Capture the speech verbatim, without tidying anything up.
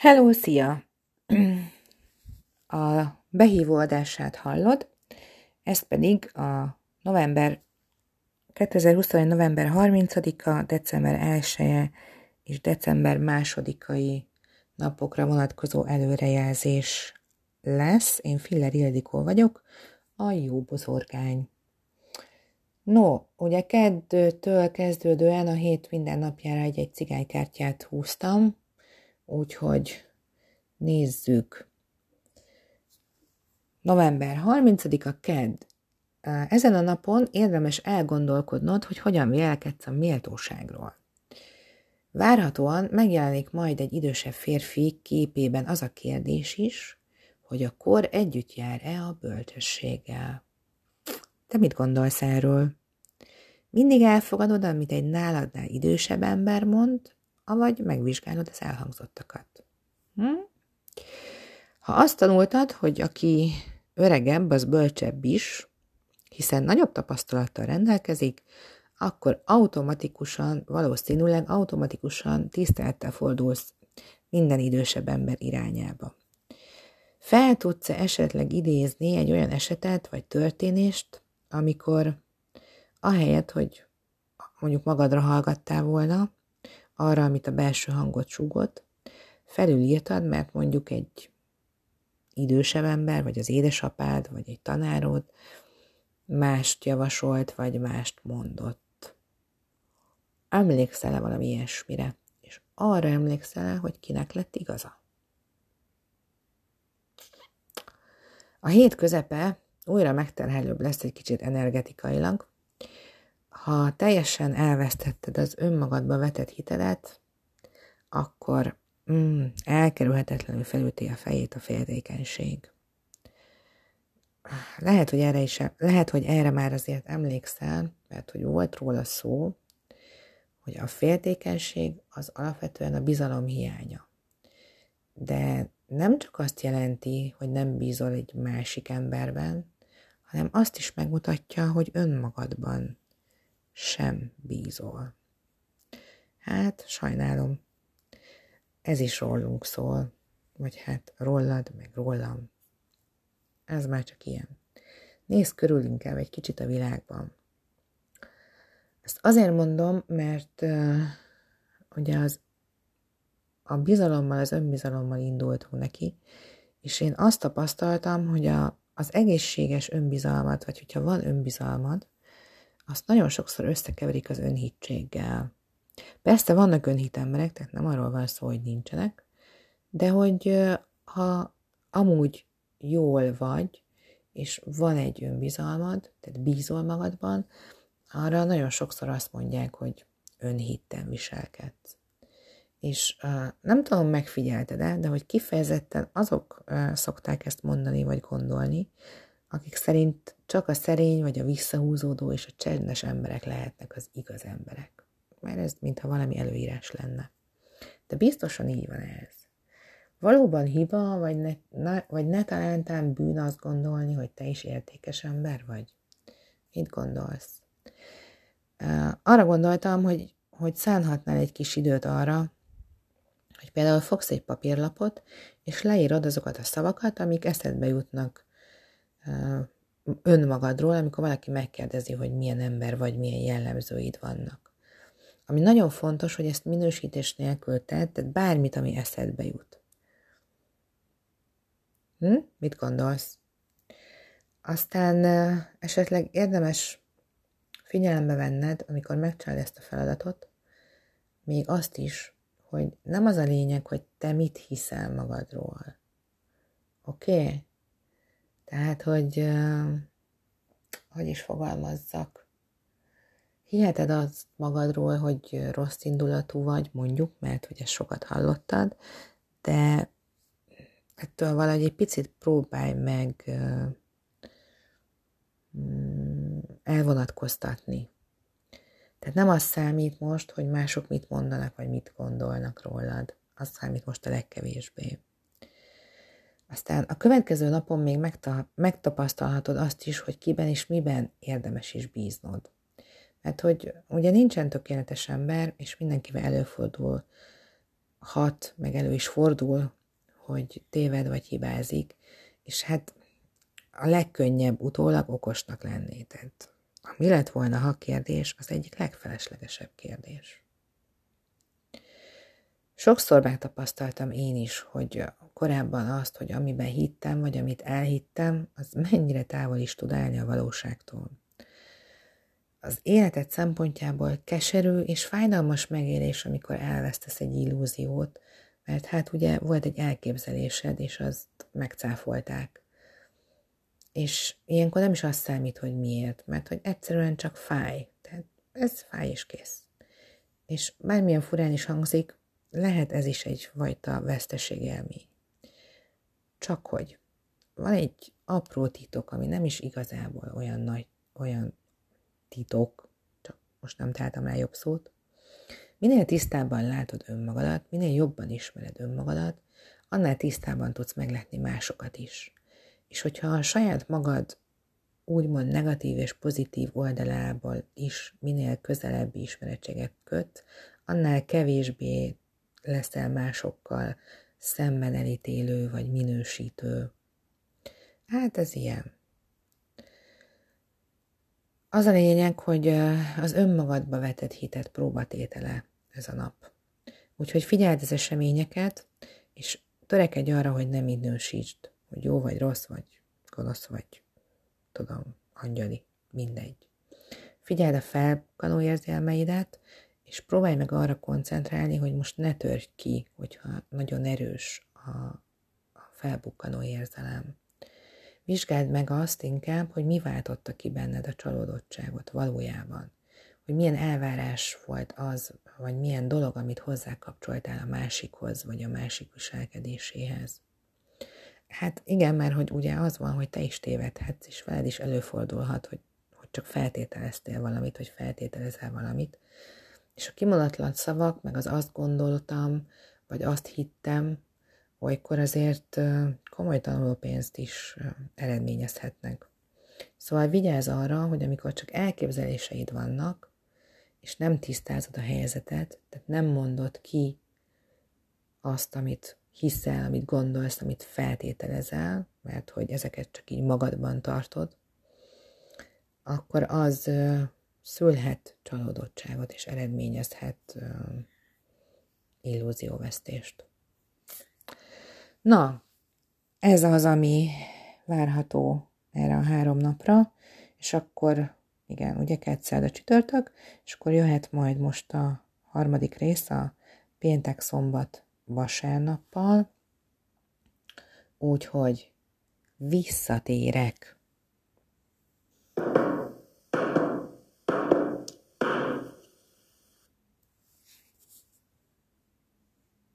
Hello, szia! A behívó adását hallod, ez pedig a november kétezer-huszonegy. november harmincadika, december elseje és december másodikai napokra vonatkozó előrejelzés lesz. Én Filler Ildikó vagyok, a jó bozorgány. No, ugye keddtől kezdődően a hét minden napjára egy-egy cigánykártyát húztam, úgyhogy nézzük. november harmincadika kedd. Ezen a napon érdemes elgondolkodnod, hogy hogyan vélekedsz a méltóságról. Várhatóan megjelenik majd egy idősebb férfi képében az a kérdés is, hogy a kor együtt jár-e a bölcsességgel. Te mit gondolsz erről? Mindig elfogadod, amit egy náladnál idősebb ember mond, avagy megvizsgálod az elhangzottakat? Hm? Ha azt tanultad, hogy aki öregebb, az bölcsebb is, hiszen nagyobb tapasztalattal rendelkezik, akkor automatikusan, valószínűleg automatikusan tisztelettel fordulsz minden idősebb ember irányába. Fel tudsz-e esetleg idézni egy olyan esetet vagy történést, amikor ahelyett, hogy mondjuk magadra hallgattál volna, arra, amit a belső hangot súgott, felülírtad, mert mondjuk egy idősebb ember, vagy az édesapád, vagy egy tanárod mást javasolt, vagy mást mondott. Emlékszel-e valami ilyesmire? És arra emlékszel-e, hogy kinek lett igaza? A hét közepe újra megterhelőbb lesz egy kicsit energetikailag. Ha teljesen elvesztetted az önmagadba vetett hitelet, akkor mm, elkerülhetetlenül felüti a fejét a féltékenység. Lehet, hogy erre is, lehet, hogy erre már azért emlékszel, mert hogy volt róla szó, hogy a féltékenység az alapvetően a bizalom hiánya. De nem csak azt jelenti, hogy nem bízol egy másik emberben, hanem azt is megmutatja, hogy önmagadban sem bízol. Hát, sajnálom, ez is rólunk szól, vagy hát rólad, meg rólam. Ez már csak ilyen. Nézz körül inkább egy kicsit a világban. Ezt azért mondom, mert uh, ugye az, a bizalommal, az önbizalommal indultunk neki, és én azt tapasztaltam, hogy a, az egészséges önbizalmat, vagy hogyha van önbizalmad, azt nagyon sokszor összekeverik az önhitséggel. Persze vannak önhit emberek, tehát nem arról van szó, hogy nincsenek, de hogy uh, ha amúgy jól vagy, és van egy önbizalmad, tehát bízol magadban, arra nagyon sokszor azt mondják, hogy önhitten viselkedsz. És uh, nem tudom, megfigyelted-e, de hogy kifejezetten azok uh, szokták ezt mondani, vagy gondolni, akik szerint csak a szerény, vagy a visszahúzódó és a csendes emberek lehetnek az igaz emberek. Mert ez mintha valami előírás lenne. De biztosan így van ez. Valóban hiba, vagy, ne, ne, vagy netalántán bűn azt gondolni, hogy te is értékes ember vagy? Mit gondolsz? Uh, arra gondoltam, hogy, hogy szánhatnál egy kis időt arra, hogy például fogsz egy papírlapot, és leírod azokat a szavakat, amik eszedbe jutnak uh, önmagadról, amikor valaki megkérdezi, hogy milyen ember vagy, milyen jellemzőid vannak. Ami nagyon fontos, hogy ezt minősítés nélkül tedd, tehát bármit, ami eszedbe jut. Hm? Mit gondolsz? Aztán uh, esetleg érdemes figyelembe venned, amikor megcsinálod ezt a feladatot, még azt is, hogy nem az a lényeg, hogy te mit hiszel magadról. Oké? Okay? Tehát, hogy uh, hogy is fogalmazzak. Hiheted azt magadról, hogy rossz indulatú vagy, mondjuk, mert hogy ezt sokat hallottad, de ettől valahogy egy picit próbálj meg uh, elvonatkoztatni. Tehát nem az számít most, hogy mások mit mondanak, vagy mit gondolnak rólad. Az számít most a legkevésbé. Aztán a következő napon még megta- megtapasztalhatod azt is, hogy kiben és miben érdemes is bíznod. Mert hogy ugye nincsen tökéletes ember, és mindenkivel előfordul hat, meg elő is fordul, hogy téved vagy hibázik, és hát a legkönnyebb utólag okosnak lenni. Tehát a mi lett volna, ha kérdés, az egyik legfeleslegesebb kérdés. Sokszor megtapasztaltam én is, hogy korábban azt, hogy amiben hittem, vagy amit elhittem, az mennyire távol is tud állni a valóságtól. Az életed szempontjából keserű és fájdalmas megélés, amikor elvesztesz egy illúziót, mert hát ugye volt egy elképzelésed, és azt megcáfolták. És ilyenkor nem is azt számít, hogy miért, mert hogy egyszerűen csak fáj. Tehát ez fáj és kész. És bármilyen furán is hangzik, lehet ez is egyfajta veszteségélmény. Csak hogy van egy apró titok, ami nem is igazából olyan nagy, olyan titok, csak most nem találtam rá jobb szót. Minél tisztábban látod önmagadat, minél jobban ismered önmagadat, annál tisztában tudsz meglátni másokat is. És hogyha a saját magad úgymond negatív és pozitív oldalából is minél közelebbi ismerettséget köt, annál kevésbé leszel másokkal szemben elítélő vagy minősítő. Hát ez ilyen. Az a lényeg, hogy az önmagadba vetett hitet próbatétele ez a nap. Úgyhogy figyeld az eseményeket, és törekedj arra, hogy nem minősítsd, hogy jó vagy rossz, vagy gonosz vagy, tudom, angyali, mindegy. Figyeld a felbukkanó érzelmeidet, és próbálj meg arra koncentrálni, hogy most ne törj ki, hogyha nagyon erős a, a felbukkanó érzelem. Vizsgáld meg azt inkább, hogy mi váltotta ki benned a csalódottságot valójában. Hogy milyen elvárás volt az, vagy milyen dolog, amit hozzákapcsoltál a másikhoz, vagy a másik viselkedéséhez. Hát igen, mert hogy ugye az van, hogy te is tévedhetsz, és veled is előfordulhat, hogy, hogy csak feltételeztél valamit, vagy feltételezel valamit. És a kimondatlan szavak, meg az azt gondoltam, vagy azt hittem, olykor azért komoly tanulópénzt is eredményezhetnek. Szóval vigyázz arra, hogy amikor csak elképzeléseid vannak, és nem tisztázod a helyzetet, tehát nem mondod ki azt, amit hiszel, amit gondolsz, amit feltételezel, mert hogy ezeket csak így magadban tartod, akkor az szülhet csalódottságot, és eredményezhet illúzióvesztést. Na, ez az, ami várható erre a három napra, és akkor, igen, ugye kedszerd a csütörtök, és akkor jöhet majd most a harmadik rész, a péntek, szombat, vasárnappal, úgyhogy visszatérek